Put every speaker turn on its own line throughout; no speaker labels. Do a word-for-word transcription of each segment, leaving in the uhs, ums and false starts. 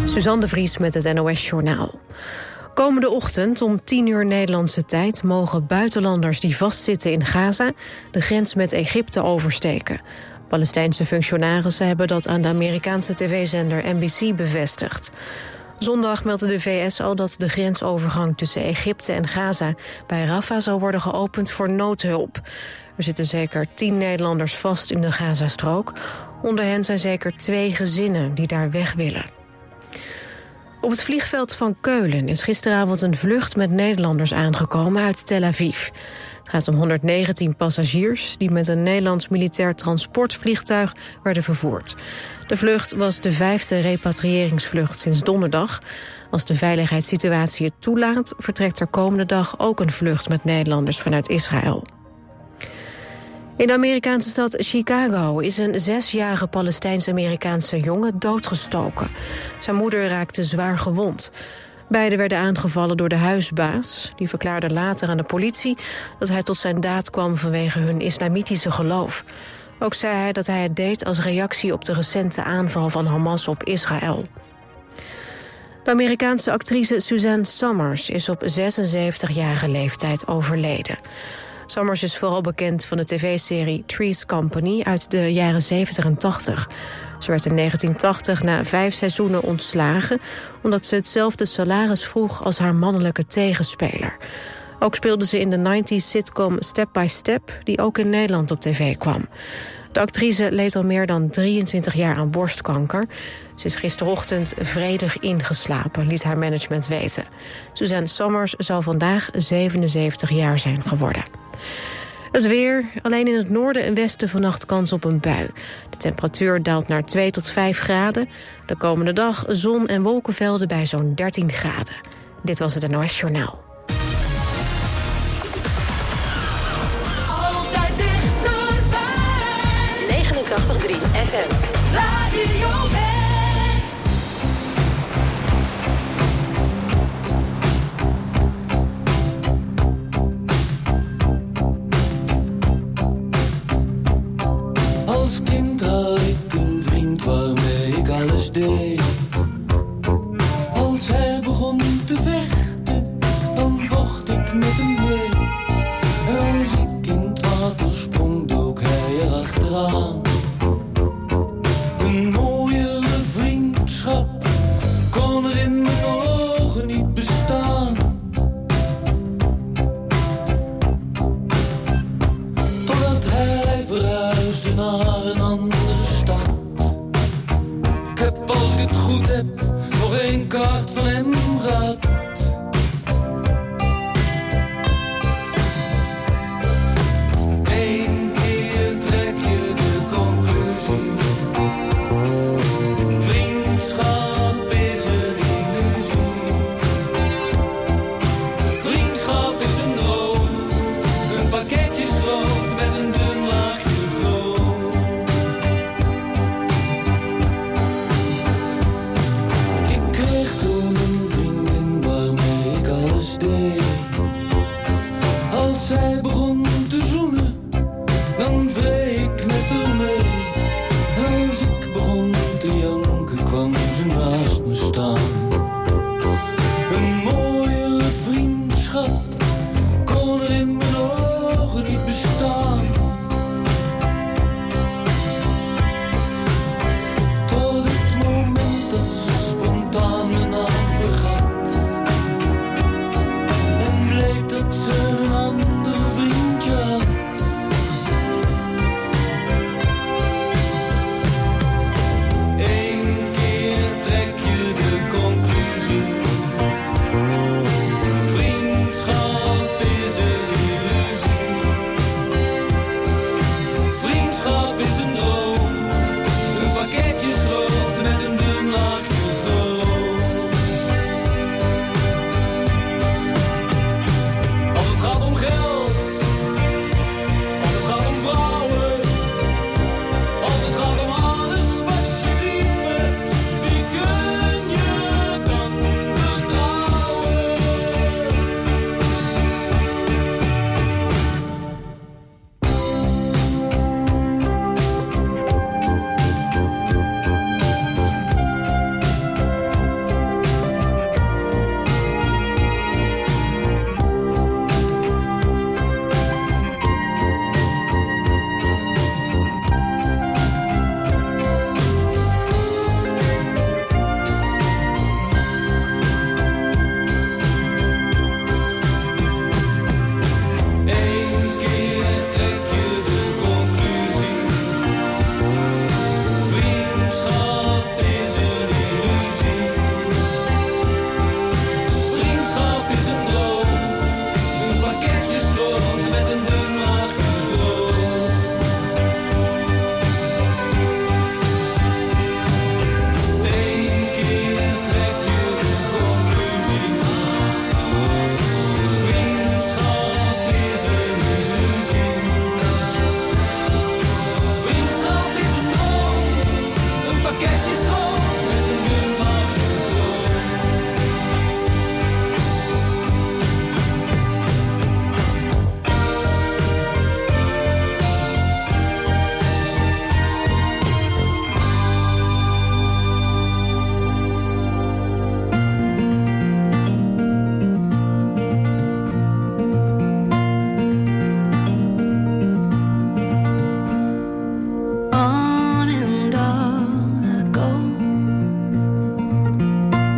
Suzanne de Vries met het N O S-journaal. Komende ochtend om tien uur Nederlandse tijd mogen buitenlanders die vastzitten in Gaza de grens met Egypte oversteken. Palestijnse functionarissen hebben dat aan de Amerikaanse tv-zender N B C bevestigd. Zondag meldde de V S al dat de grensovergang tussen Egypte en Gaza bij Rafah zou worden geopend voor noodhulp. Er zitten zeker tien Nederlanders vast in de Gazastrook. Onder hen zijn zeker twee gezinnen die daar weg willen. Op het vliegveld van Keulen is gisteravond een vlucht met Nederlanders aangekomen uit Tel Aviv. Het gaat om honderdnegentien passagiers die met een Nederlands militair transportvliegtuig werden vervoerd. De vlucht was de vijfde repatriëringsvlucht sinds donderdag. Als de veiligheidssituatie het toelaat, vertrekt er komende dag ook een vlucht met Nederlanders vanuit Israël. In de Amerikaanse stad Chicago is een zesjarige Palestijns-Amerikaanse jongen doodgestoken. Zijn moeder raakte zwaar gewond. Beiden werden aangevallen door de huisbaas. Die verklaarde later aan de politie dat hij tot zijn daad kwam vanwege hun islamitische geloof. Ook zei hij dat hij het deed als reactie op de recente aanval van Hamas op Israël. De Amerikaanse actrice Suzanne Somers is op zesenzeventigjarige leeftijd overleden. Somers is vooral bekend van de tv-serie Three's Company uit de jaren zeventig en tachtig. Ze werd in negentien tachtig na vijf seizoenen ontslagen omdat ze hetzelfde salaris vroeg als haar mannelijke tegenspeler. Ook speelde ze in de negentiger sitcom Step by Step, die ook in Nederland op tv kwam. De actrice leed al meer dan drieëntwintig jaar aan borstkanker. Ze is gisterochtend vredig ingeslapen, liet haar management weten. Suzanne Somers zal vandaag zevenenzeventig jaar zijn geworden. Het weer, alleen in het noorden en westen vannacht kans op een bui. De temperatuur daalt naar twee tot vijf graden. De komende dag zon en wolkenvelden bij zo'n dertien graden. Dit was het N O S Journaal.
Altijd dichterbij.
negenentachtig komma drie F M.
Radio West.
Als kind had ik een vriend waarmee ik alles deed. Als hij begon te vechten, dan vocht ik met hem mee. Als ik in het water sprong, dook hij erachteraan. Een mooiere vriendschap kon er in mijn ogen niet bestaan. Totdat hij verhuisde naar een andere stad. Ik heb, als ik het goed heb, nog één kaart van hem gehad. Eén keer trek je de conclusie. Vriendschap is een illusie. Vriendschap is een droom. Een pakketje schroot met een dun laagje vloom. Ik kreeg toen een vriendin waarmee ik alles deed. Als zij begon te zoenen, dan vreeg ik met haar mee. Als ik begon te janken, kwam ze naast me staan. Een mooiere vriendschap kon er in mijn ogen niet bestaan. Tot het moment dat ze spontaan mijn naam vergat. En bleek dat ze een ander vriendje had. Eén keer trek je de conclusie. Vriendschap is een illusie. Vriendschap is een droom. Een pakketje schroot met een dun laagje rood.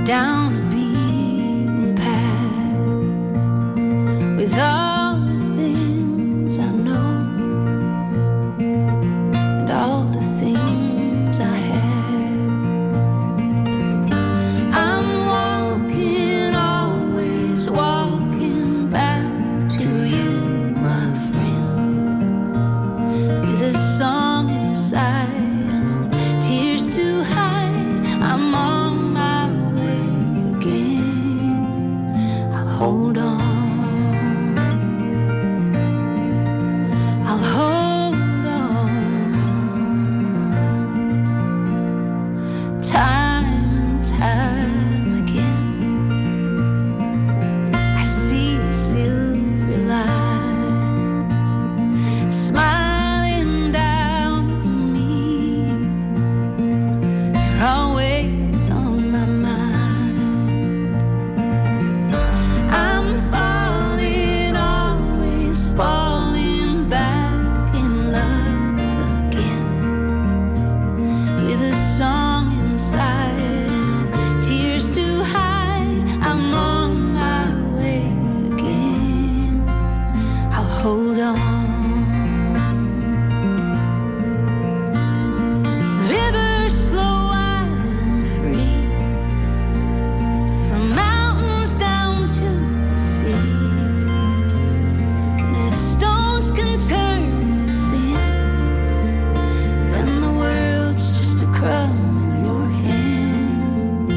down a beaten path with all the things I know and all the things I have. I'm walking, always walking back to you, my friend, with a song inside and tears to hide. I'm on my way again. I'll hold on. I'll hold on. Time and time again, I see a silver light smiling down at me. You're always on my mind. I'm falling, always falling back in love again, with a song inside, tears to hide. I'm on my way again. I'll hold on. Rivers flow wild and free, from mountains down to the sea. And if stones can turn to sin, then the world's just a crumb in your hand.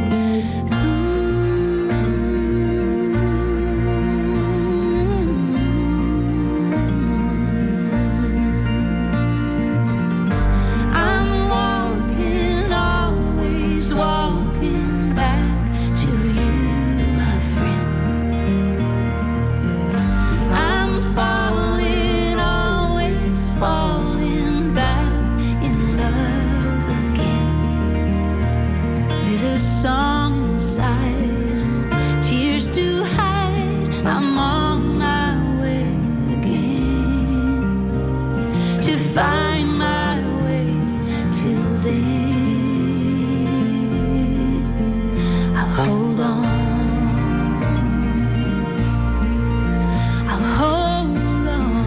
I'm walking, always walking back to you, my friend. I'm falling, always falling back in love again, with a song inside, tears to hide. I'm on my way again, to find my way till then. I'll hold on. I'll hold on.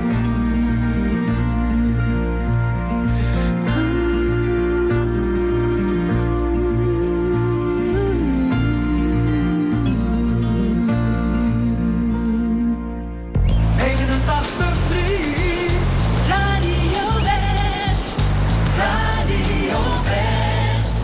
negenentachtig drie
Radio West, Radio West.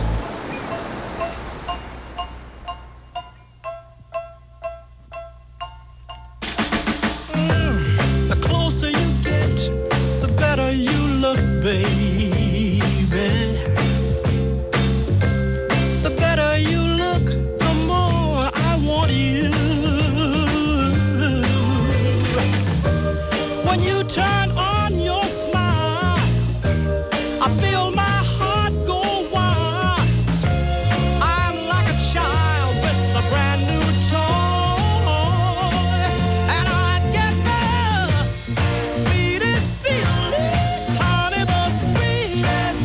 The closer you get, the better you look, baby. The better you look, the more I want you. When you turn on your smile, I feel my heart go wild. I'm like a child with a brand new toy, and I get the sweetest feeling, honey, the sweetest,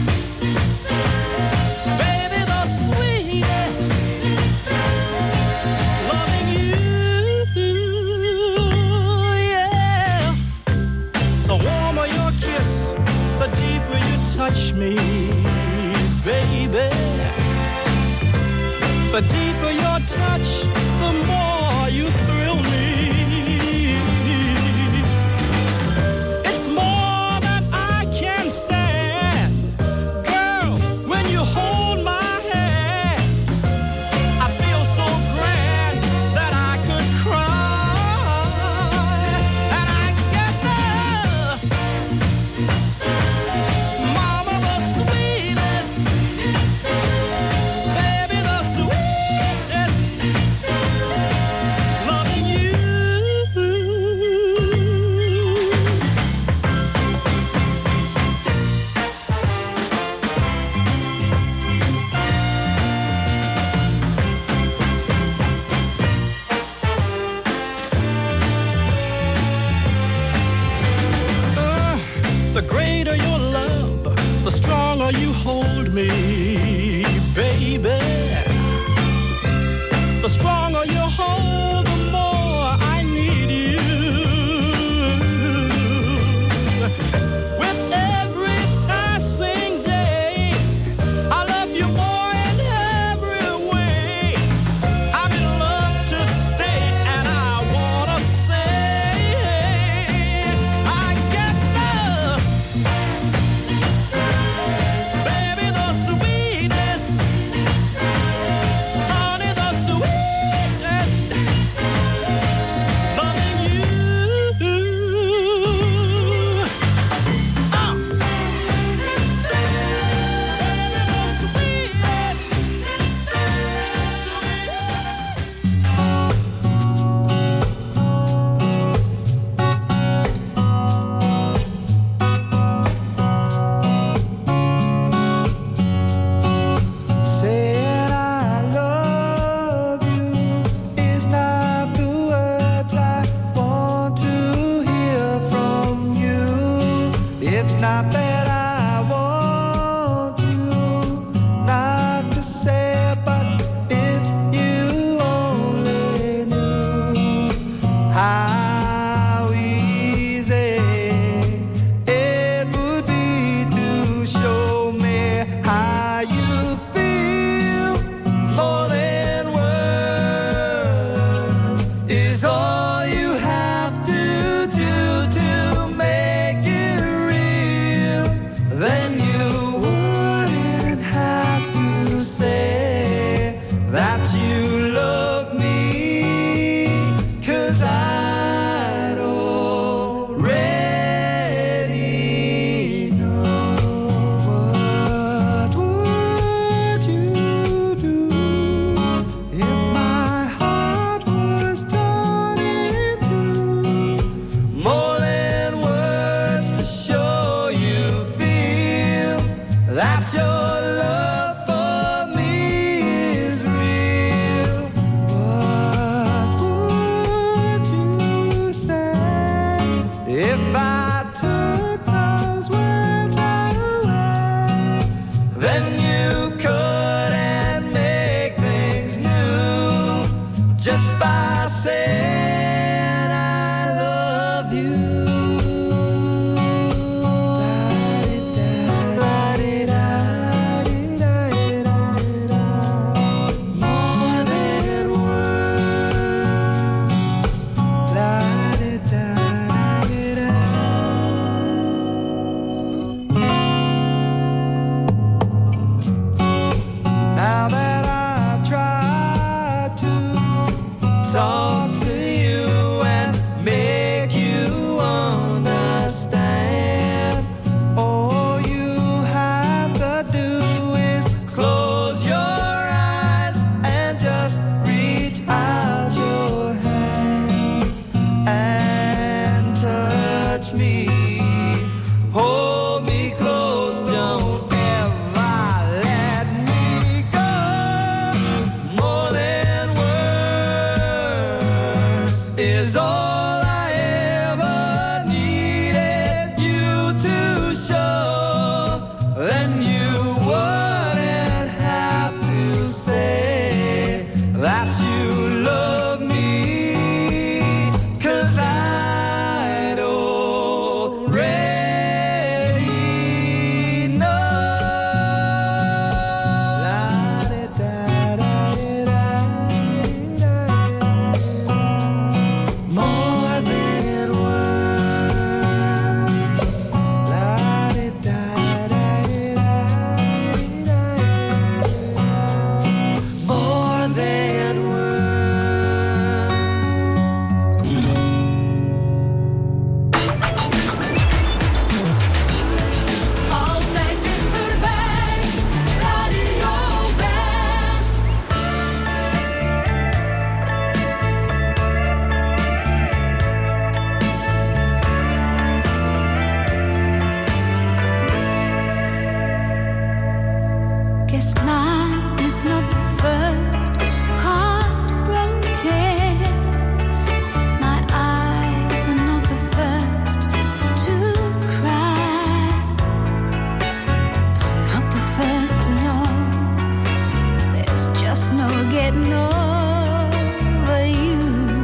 baby, the sweetest, loving you, yeah. The warmer your kiss, the deeper you touch me, baby. The deeper your touch, the more you thrill me. It's more than I can stand. Girl, when you hold my hand, I feel so grand that I could cry. And I get the mama, the sweetest, baby, the sweetest, loving you. Uh, the greater your love, the stronger you hold me, baby.
getting over you.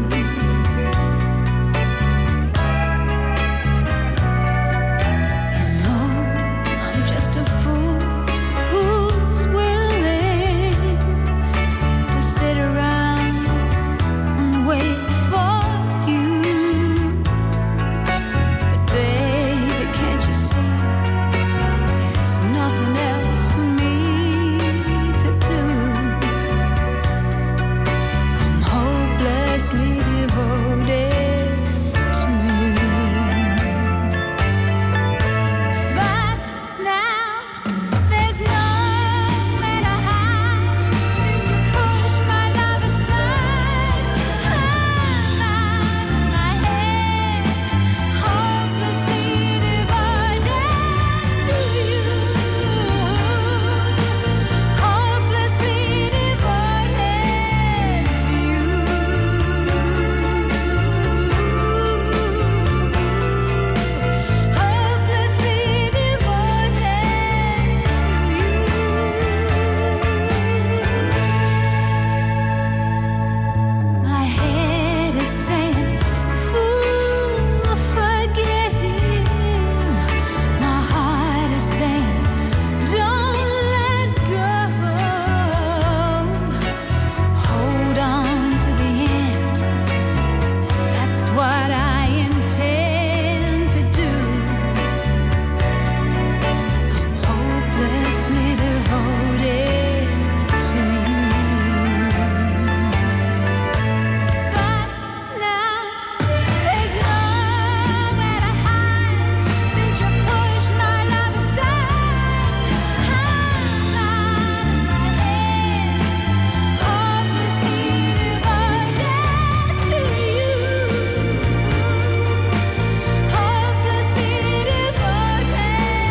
You know, I'm just a fool who's willing to sit around and wait for you. But baby, can't you see there's nothing else for me to do? I'm hopelessly devoted to you. But now there's nowhere to hide since you pushed my love aside. I'm out of my head, hopelessly devoted to you. Hopelessly devoted to you. Hopelessly devoted to you. My head is saying, fool, forget him. My heart is saying, don't let go. Hold on to the end. That's what I intend to do. I'm hopelessly devoted to you. But now there's nowhere to hide since you pushed my love aside. I'm out of my head, hopelessly devoted to you. Hopelessly devoted to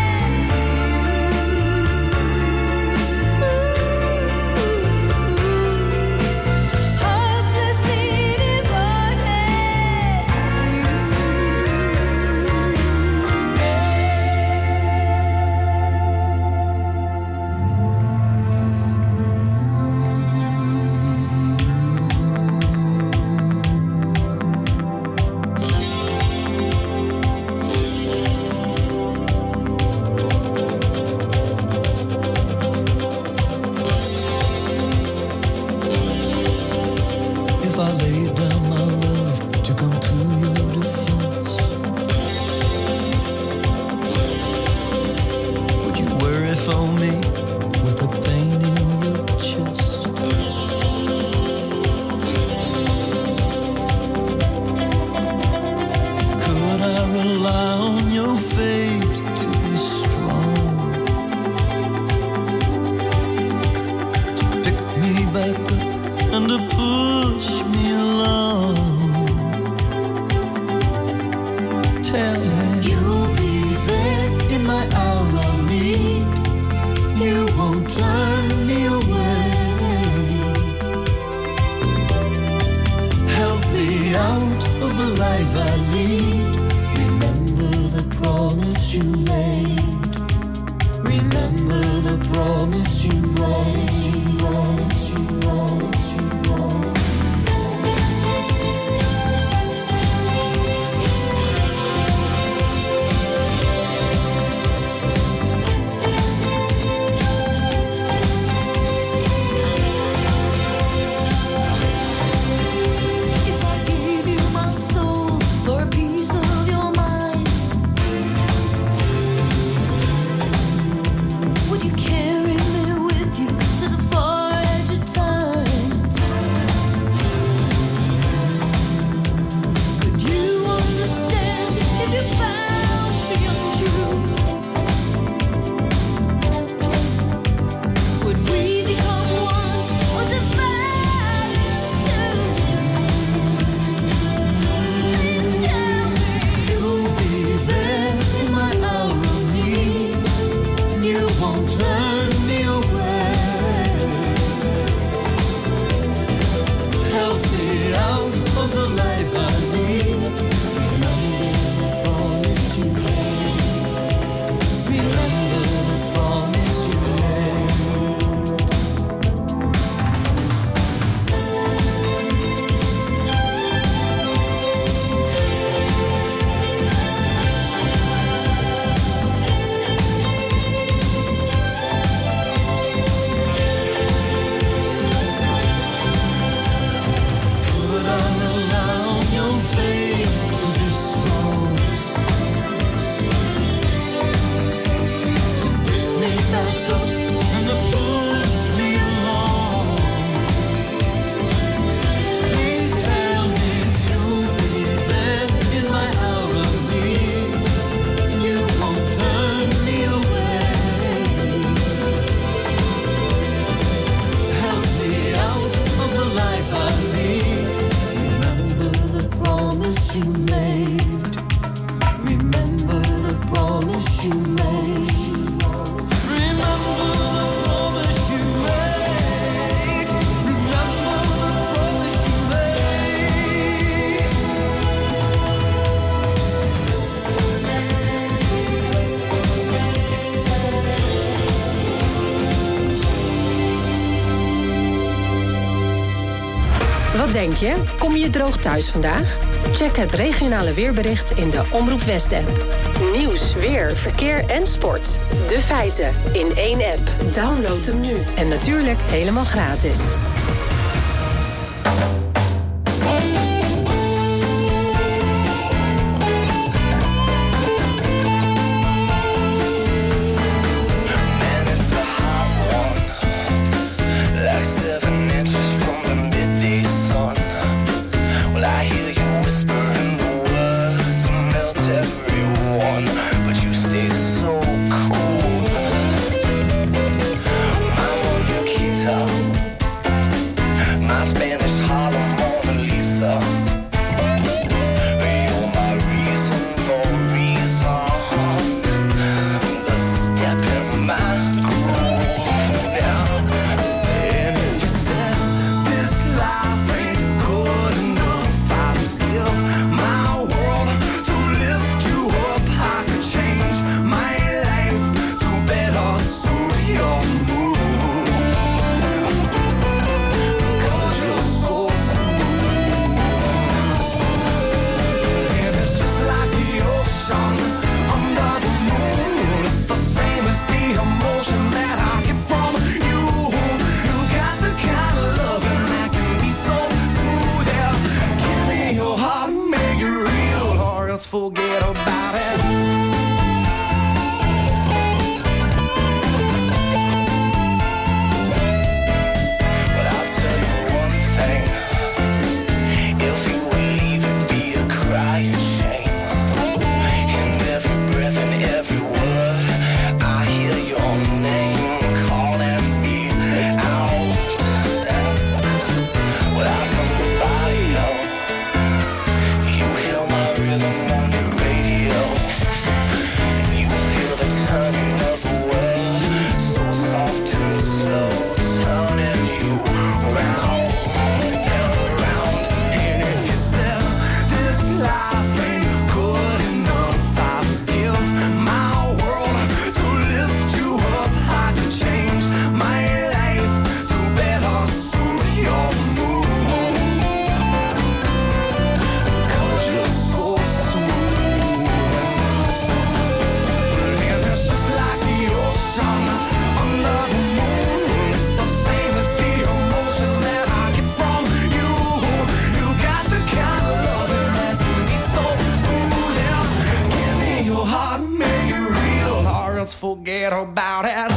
you. Hopelessly
If I laid down my love to come to your defense, would you worry for me with the pain in your chest? Could I rely on your faith to be strong, to pick me back up and to push me along? Tell me you'll be there in my hour of need. You won't turn me away. Help me out of the life I lead. Remember the promise you made. Remember the promise you made. Promise you made.
Wat denk je? Kom je droog thuis vandaag? Check het regionale weerbericht in de Omroep West-app. Nieuws, weer, verkeer en sport. De feiten in één app. Download hem nu. En natuurlijk helemaal gratis.
Forget about it. But I'll tell you one thing. If you would leave it be a crying shame. In every breath and every word I hear your name calling me out. Without somebody else, you hear my rhythm. Forget about it.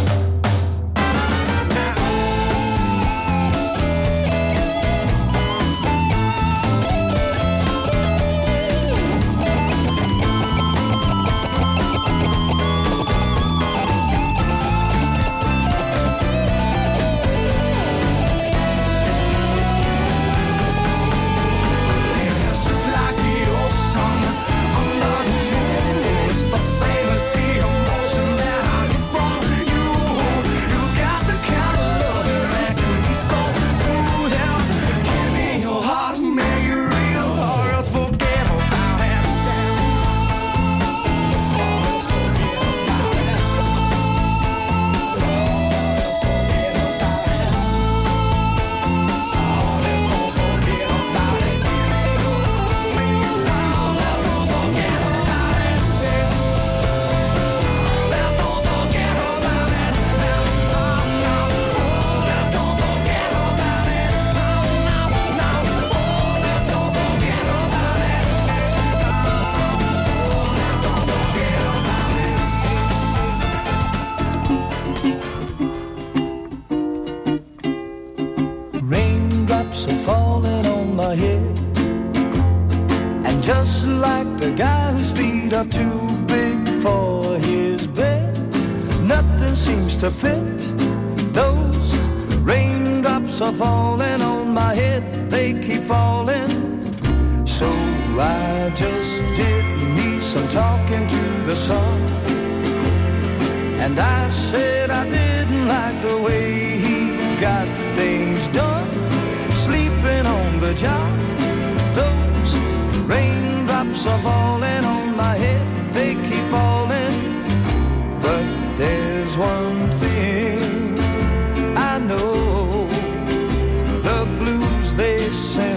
Just like the guy whose feet are too big for his bed, nothing seems to fit. Those raindrops are falling on my head, they keep falling. So I just did me some talking to the sun, and I said I didn't like the way he got things done, sleeping on the job. Those raindrops are falling on my head, they keep falling. But there's one thing I know, the blues they sing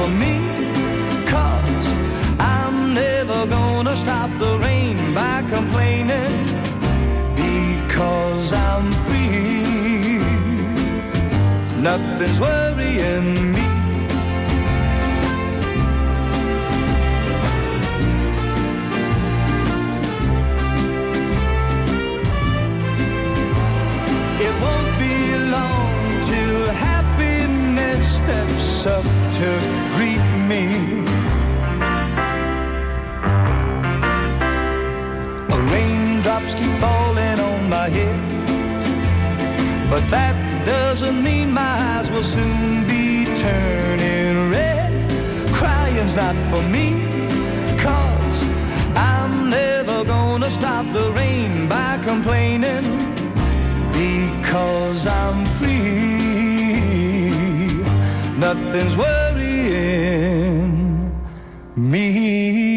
for me, 'cause I'm never gonna stop the rain by complaining, because I'm free. Nothing's worrying me. It won't be long till happiness steps up to greet me. Raindrops keep falling on my head, but that doesn't mean my eyes will soon be turning red. Crying's not for me, 'cause I'm never gonna stop the rain by complaining, because I'm free. Nothing's worrying me.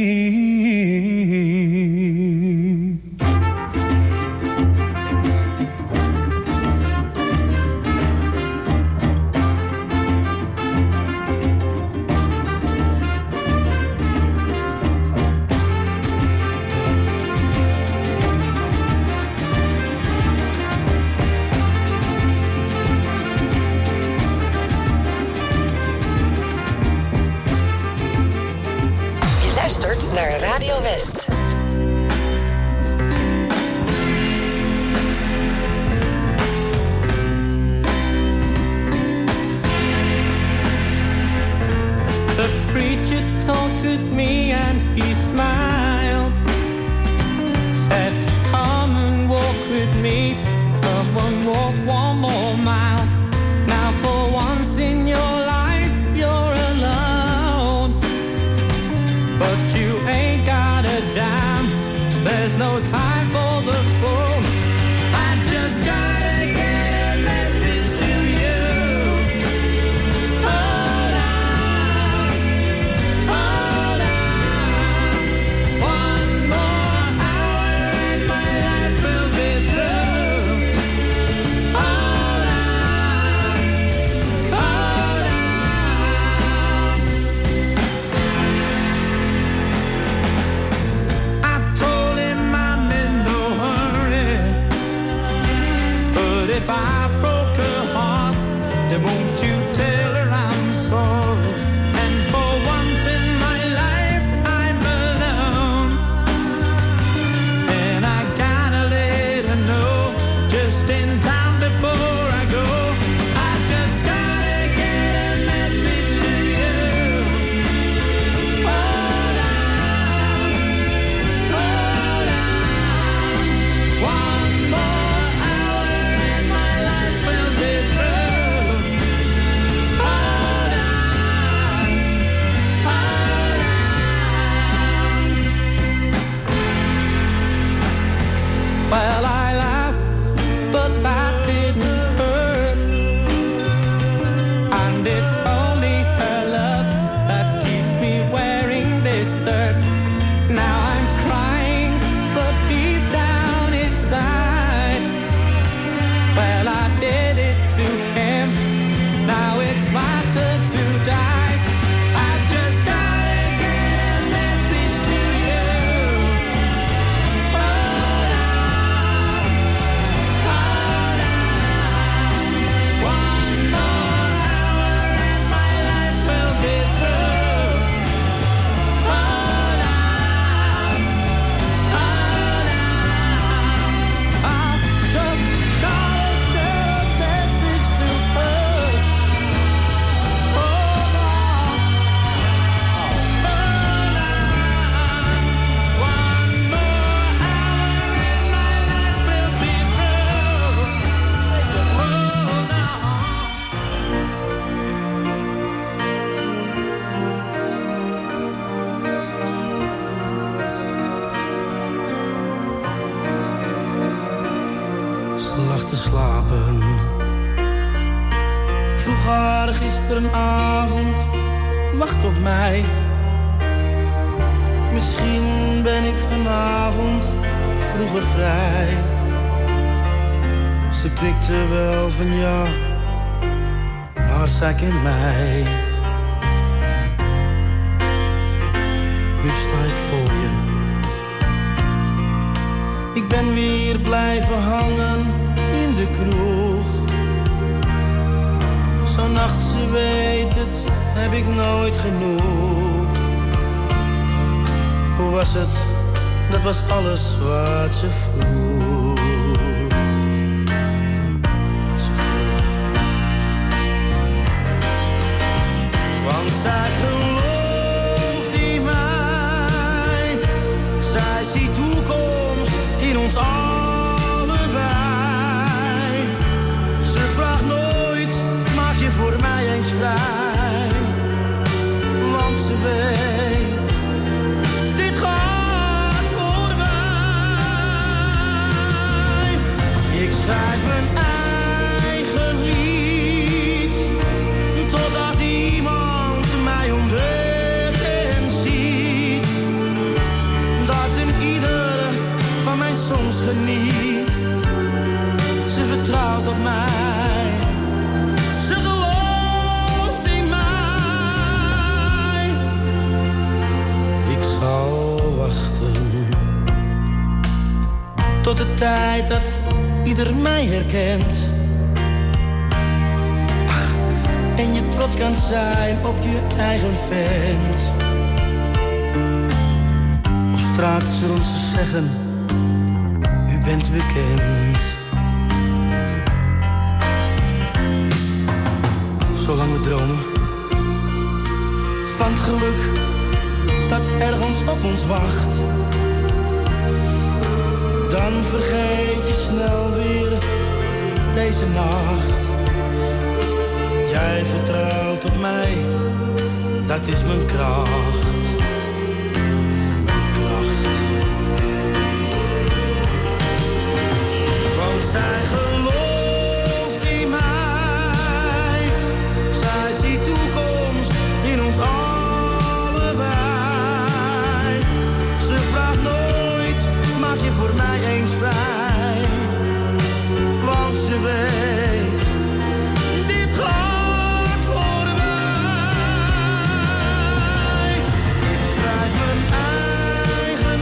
Naar Radio West.
The preacher talked with me and he smiled, said, come and walk with me, come and walk one more mile. Now for once in your life you're alone, but you ain't got a dime, there's no time for the phone. I just gotta get a message to you. Hold on, hold on. One more hour and my life will be through. Hold on, hold on. I told him I'm in no hurry, but if I broke her heart, then won't you tell her I'm sorry? And for once in my life I'm alone, and I gotta let her know just in time before I go. I just gotta get a message to you. Hold on, hold on. One more hour and my life will be through. Hold on, hold on. Well, I laughed, but that didn't hurt. And it's only her love that keeps me wearing this dirt. Now I'm crying, but deep down inside, well, I did it to him. Now it's my turn to die. I just gotta get a message to you. Hold on, hold on. One more hour and my life will be through. Hold on, hold on. I just gotta get a message to her. Hold on, hold on. One more hour and my life will be through. Hold on.
Ze lag te slapen. Ik vroeg haar gisterenavond, wacht op mij. Misschien ben ik vanavond vroeger vrij. Ze knikte wel van ja, maar zij kent mij. hier blijven hangen in de kroeg. Zo'n nacht, ze weet het, heb ik nooit genoeg. Hoe was het? Dat was alles wat ze vroeg. Wat ze vroeg. Want zij gelooft in mij. Zij ziet toekomst in ons allebei. Ze vraagt nooit, maak je voor mij eens vrij. Want ze weet, dit gaat voorbij. Ik schrijf mijn eigen lied, totdat iemand mij ontdekt en ziet. Dat een ieder van mijn songs geniet. Ze vertrouwt op mij, ze gelooft in mij. Ik zal wachten tot de tijd dat ieder mij herkent. Ach, en je trots kan zijn op je eigen vent. Of straks zullen ze zeggen, u bent bekend. Zolang we dromen van het geluk dat ergens op ons wacht, dan vergeet je snel weer deze nacht. Jij vertrouwt op mij, dat is mijn kracht. Mijn kracht. Want zij gelooft in mij. Zij ziet toekomst in ons allebei. Ze vraagt nooit, maak je voor mij eens vrij. Want ze weet, dit gaat voorbij. Ik schrijf mijn eigen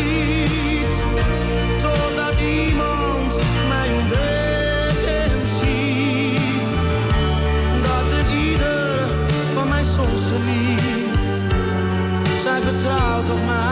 lied, totdat iemand mij ontdekt en ziet. Dat een ieder van mijn songs geniet. Zij vertrouwt op mij.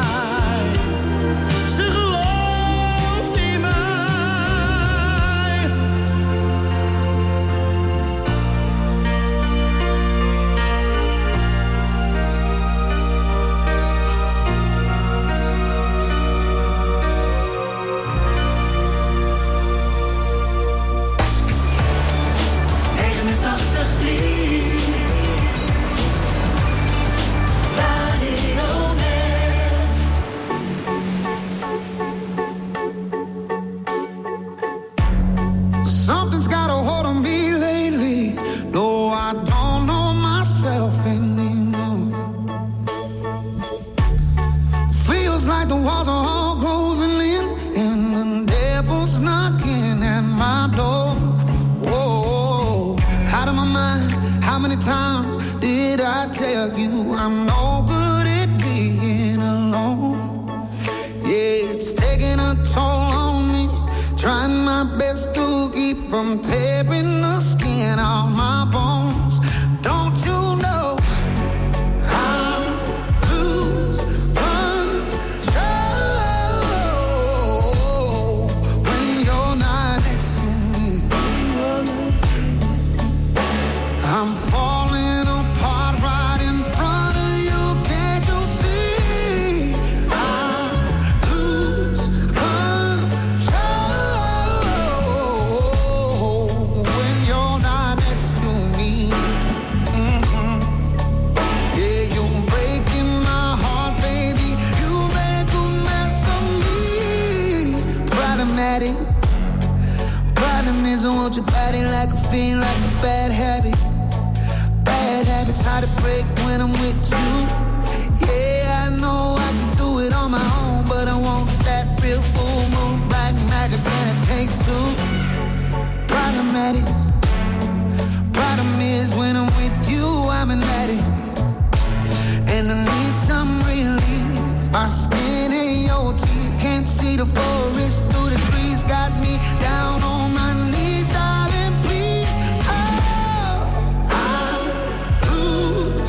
My skin and your teeth can't see the forest through the trees.
got me down on my knees, darling, please. Oh, I lose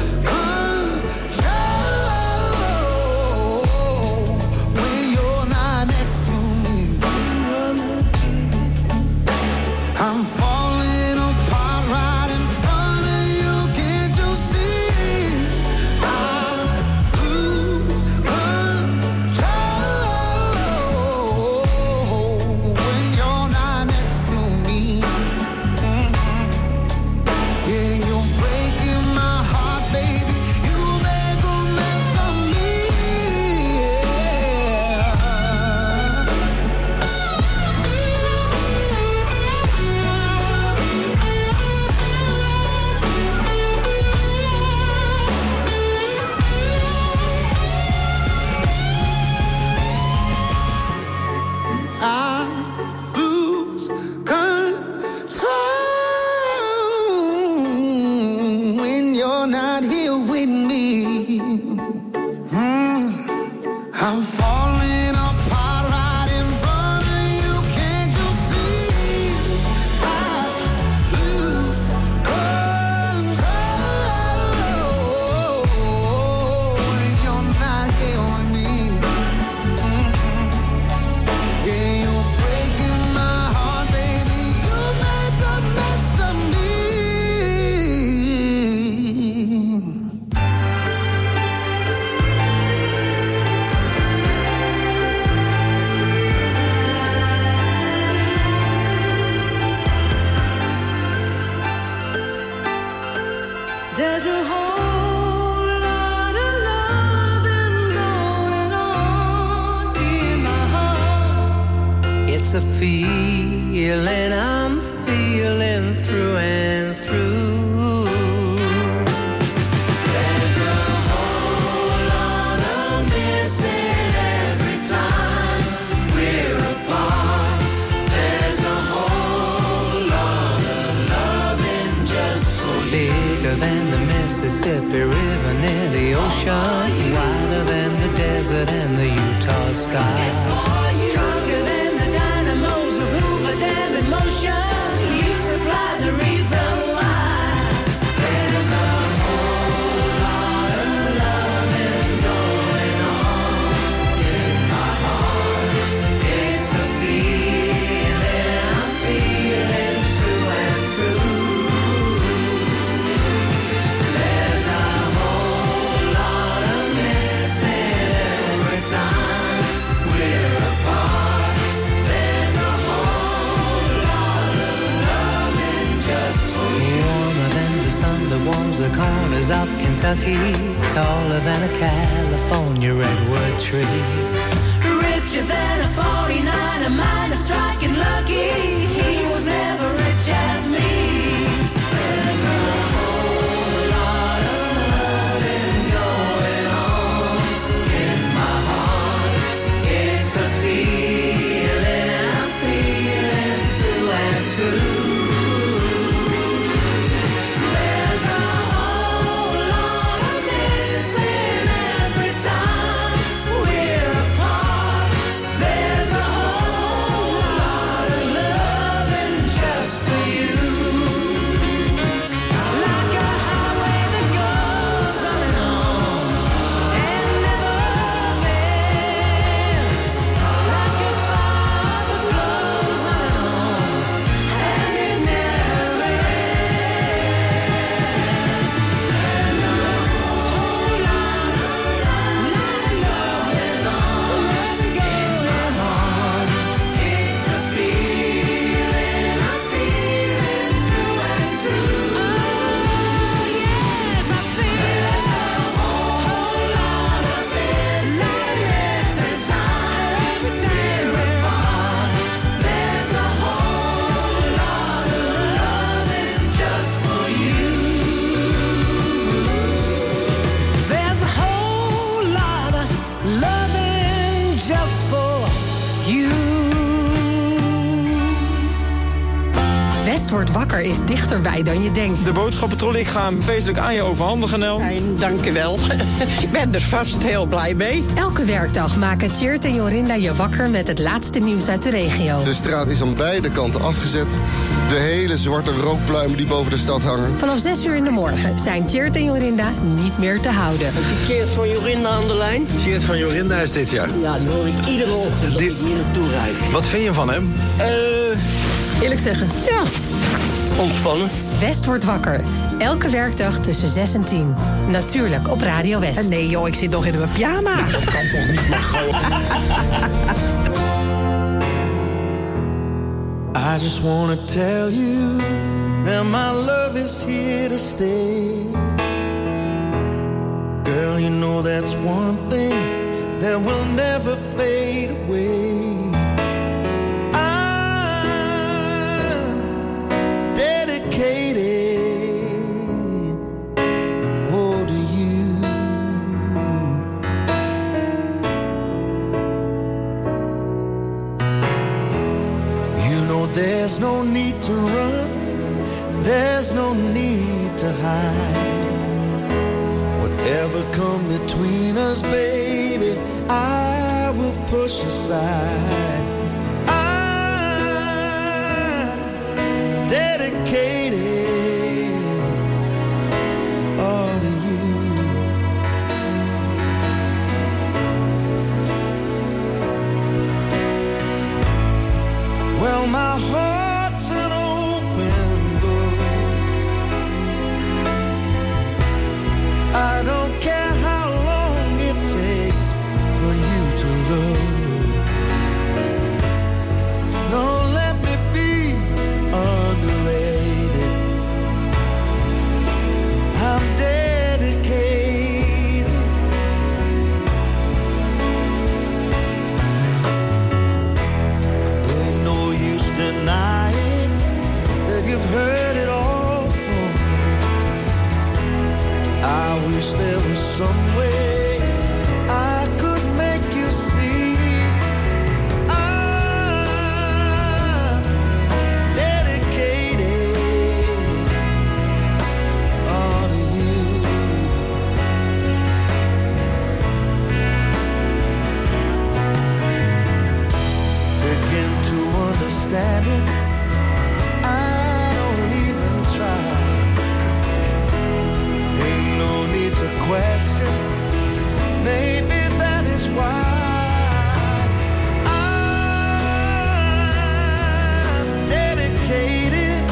control when you're not next to me. I'm falling apart right in front of you. Can't you see? I lose control when you're not next to me. Mm-hmm. Yeah, you're breaking my heart, baby. You make a mess of me. I lose control when you're not here with me. Mm. I'm falling apart right in front of you. Can't you see? I lose control when you're not here with me. Yeah, you're breaking my heart, baby. You make a mess of me.
There's a whole lot of loving going on in my heart.
It's a feeling I'm feeling through and through. There's a whole lot of missing every time we're apart. There's a whole lot of loving just for you. Bigger than the Mississippi River near the ocean, wider than the desert and the Utah sky. It's for you. Stronger than the dynamos of Hoover Dam in motion. You supply the reason why. There's a whole lot of loving going on in my heart. It's a feeling I'm feeling through and through. There's a whole lot of missing every time we're apart. There's a whole lot of loving just for you. Warmer than the sun that warms the corners of Kentucky, taller than a California redwood tree. Richer than a forty-nine, a miner striking lucky. He was never rich as me. There's a whole lot of loving going on in my heart. It's a feeling I'm feeling through and through. There's a whole lot of missing every time we're apart. There's a whole lot of love.
Word wakker is dichterbij dan je denkt.
De boodschappentrol, ik ga hem feestelijk aan je overhandigen, Nel.
Fijn, dank u wel. Ik ben er vast heel blij mee.
Elke werkdag maken Tjeerd en Jorinda je wakker met het laatste nieuws uit de regio.
De straat is aan beide kanten afgezet. De hele zwarte rookpluimen die boven de stad hangen.
Vanaf zes uur in de morgen zijn Tjeerd en Jorinda niet meer te houden.
Heb je Tjeerd van Jorinda aan de lijn?
Tjeerd van Jorinda is dit jaar.
Ja, die hoor ik iedere ochtend als ik hier naartoe rijd.
Wat vind je van hem?
Eh...
Eerlijk zeggen.
Ja, ontspannen.
West wordt wakker. Elke werkdag tussen zes en tien. Natuurlijk op Radio West.
En nee joh, ik zit nog in mijn pyjama.
Dat kan toch niet, Margot?
I just wanna tell you that my love is here to stay. Girl, you know that's one thing that will never fade away. I'm dedicated, oh, to you. You know there's no need to run, there's no need to hide. Whatever come between us, baby, I will push aside. I'm dedicated, all to you. Well, my heart's an open book. I don't care how long it takes for you to look. No, let me be underrated. I'm dedicated. There ain't no use denying that you've heard it all from me. I wish there was some way I could make you see. I'm dedicated, all to you. Begin to understand it, I don't even try. Ain't no need to question. Maybe that is why I'm dedicated,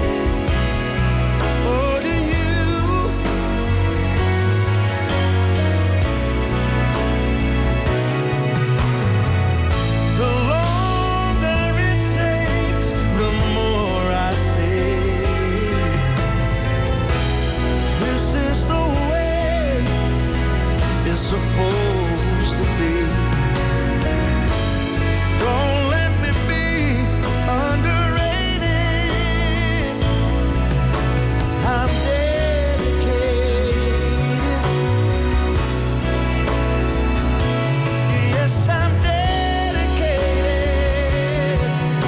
oh, to you. The longer it takes, the more I say, this is the way it's supposed to be. Don't let me be underrated. I'm dedicated. Yes, I'm dedicated.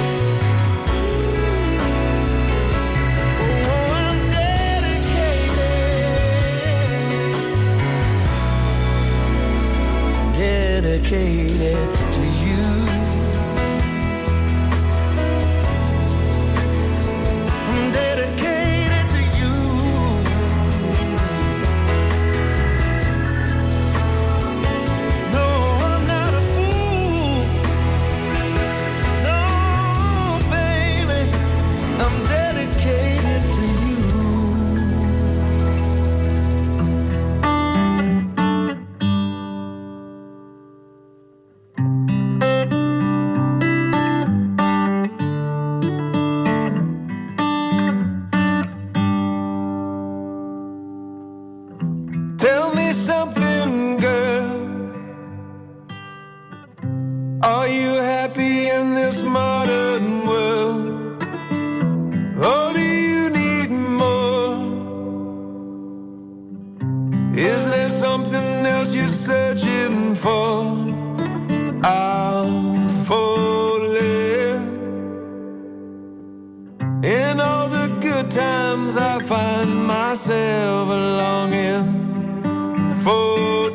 Oh, I'm dedicated. Dedicated to you. I'm dedicated to you. No, I'm not a fool. No, baby, I'm dedicated to you.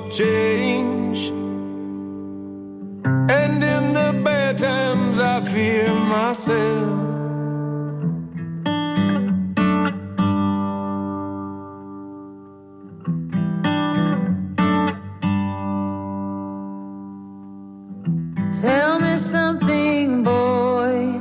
change. And in the bad times I fear myself.
Tell me something, boy.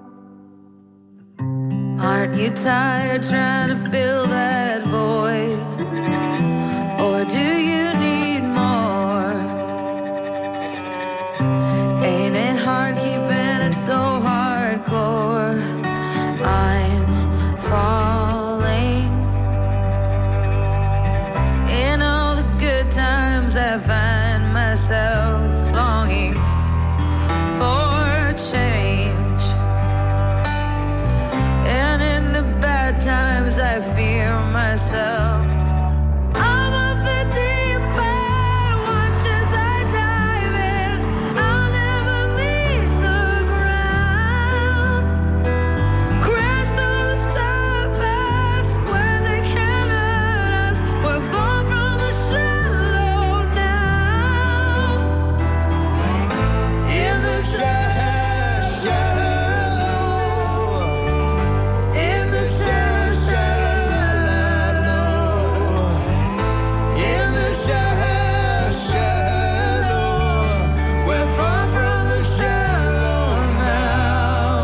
Aren't you tired trying to fill that void? Or do you need more? Ain't it hard keeping it so hardcore? I'm falling. In all the good times I find myself longing for change. And in the bad times I fear myself. I'm of the deep end, watch as I dive in. I'll never meet the ground. Crash through the surface where they can't hurt us. We're far from the shallow now. In the shallow, shallow. In the shallow, shallow. In the shallow, shallow. We're far from the shallow now.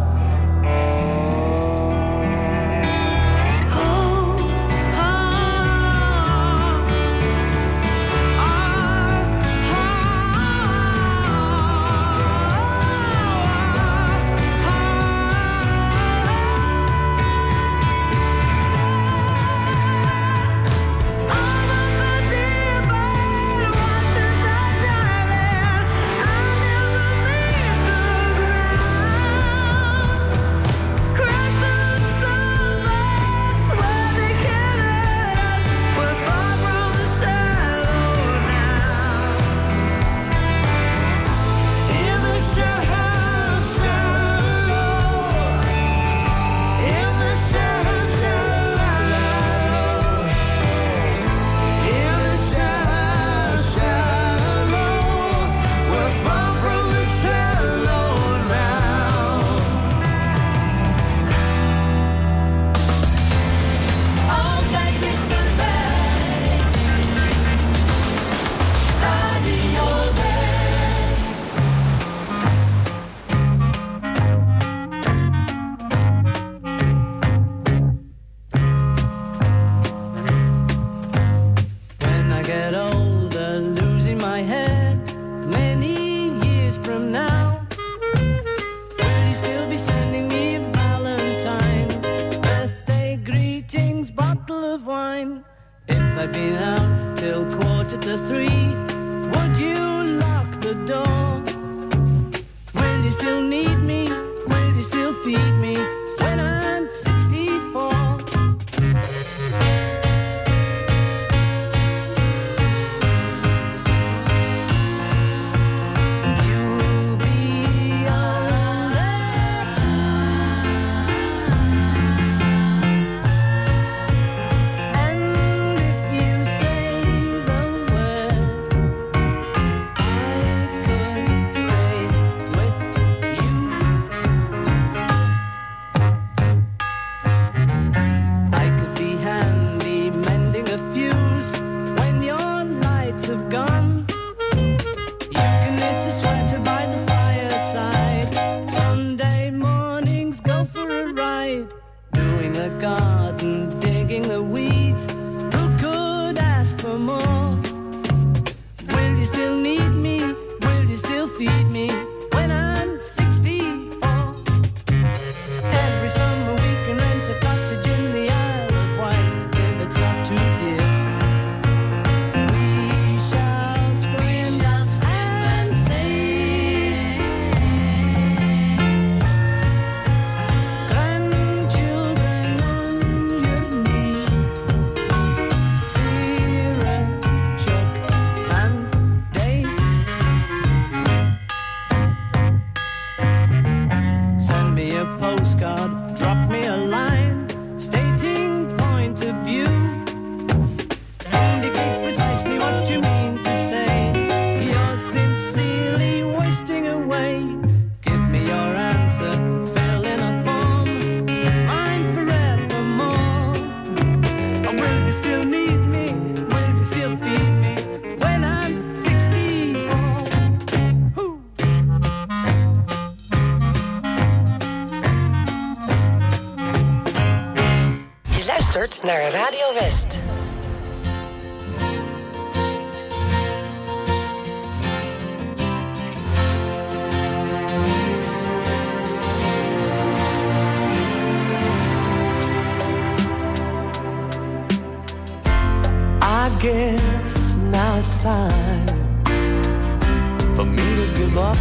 Oh, ah, altijd dichterbij. Radio West.
When I get older, losing my head, many years from now, will you still be sending me a Valentine? Birthday greetings, bottle of wine. If I'd been out till quarter to three, would you lock the door? Will you still need me? Will you still feed me when I'm sixty-four? You'll be on there and if you say the word, I could stay with you.
luistert naar Radio West.
I guess now it's time for me to give up.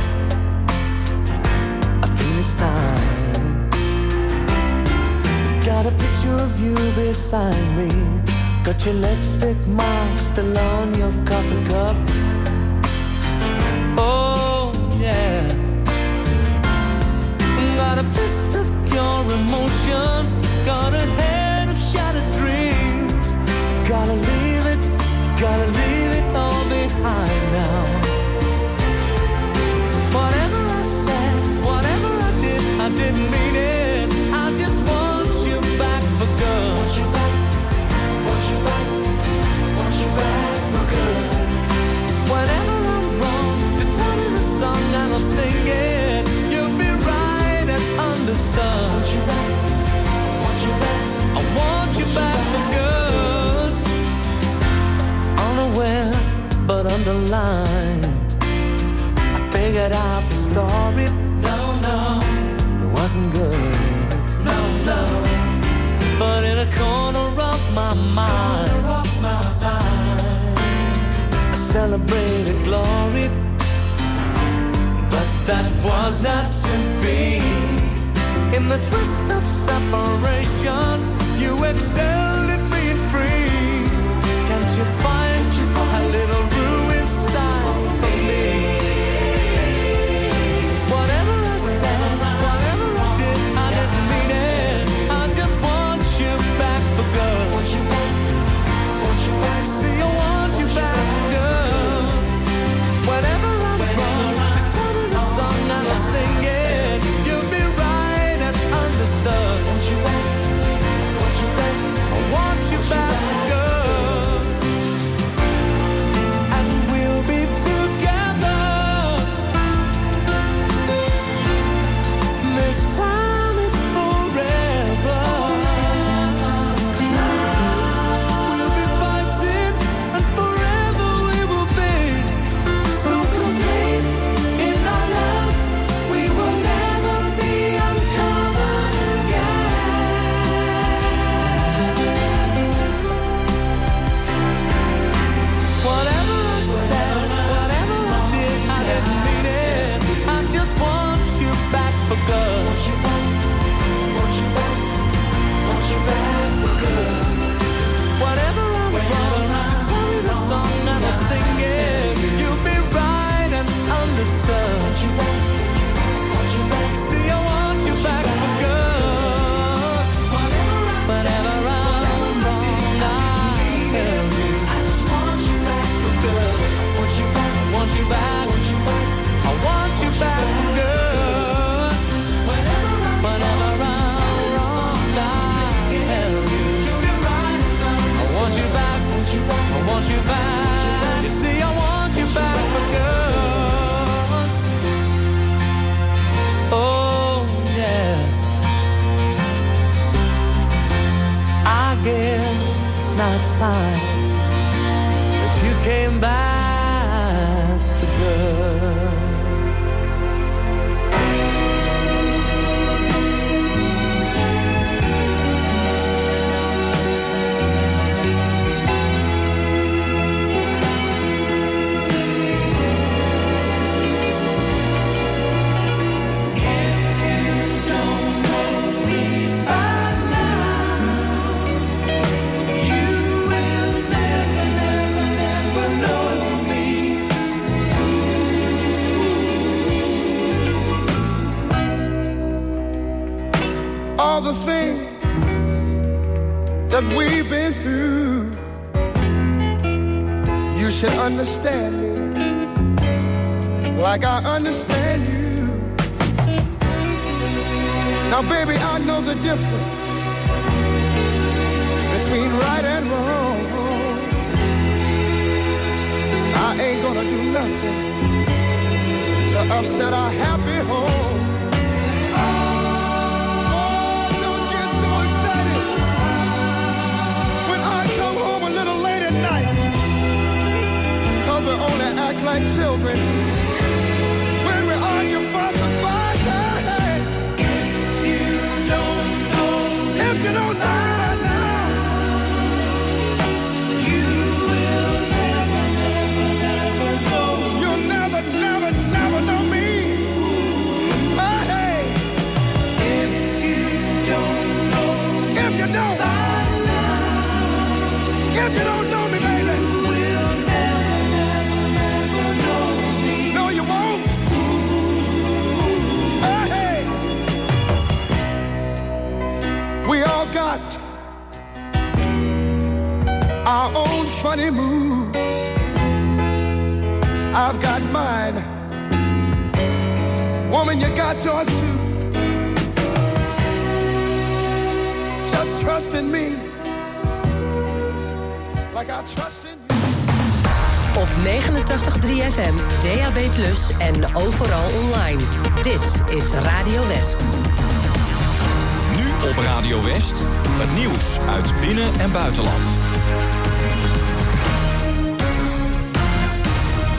I feel it's time. Got a picture of you beside me. Got your lipstick mark still on your coffee cup. Oh yeah. Got a fist of pure emotion. Got a head of shattered dreams. Gotta leave it, gotta leave it all behind now. Whatever I said, whatever I did, I didn't mean it. I just want you back for good. Want you back, want you back, want you back for good. Whenever I'm wrong, just tell me the song and I'll sing it. You'll be right and understood. Want you back, want you back, I want you back for good. Unaware, but underlined, I figured out the story. No, no, it wasn't good. No, no, but in a corner of my mind, corner of my mind, I celebrated glory, but that was not to be. In the twist of separation, you excelled at being free. Can't you find a little room inside for me? Whatever I said, whatever I did, I didn't mean it. I just want you back for good. Want you back, want you back. See, I want you back for good. Whenever I'm wrong, just tell me the song and I'll sing it. You'll be right and understood. Want you back, want you back. I want you back for good.
All the things that we've been through, you should understand me like I understand you. Now baby, I know the difference between right and wrong. I ain't gonna do nothing to upset our happy home. act like children. When we argue, fuss and fight. Hey, if you don't know, if you don't know now, you will never, never, never know. You'll never, never, never know me. Hey, if you don't know, if you don't, if you don't know me, baby, you will never, never, never know me. No, you won't. Hey, we all got our own funny moves. I've got mine. Woman, you got yours too. Just trust in me. Like I trust in you.
Op negenentachtig komma drie F M, D A B plus, en overal online. Dit is Radio West.
Nu op Radio West, het nieuws uit binnen- en buitenland.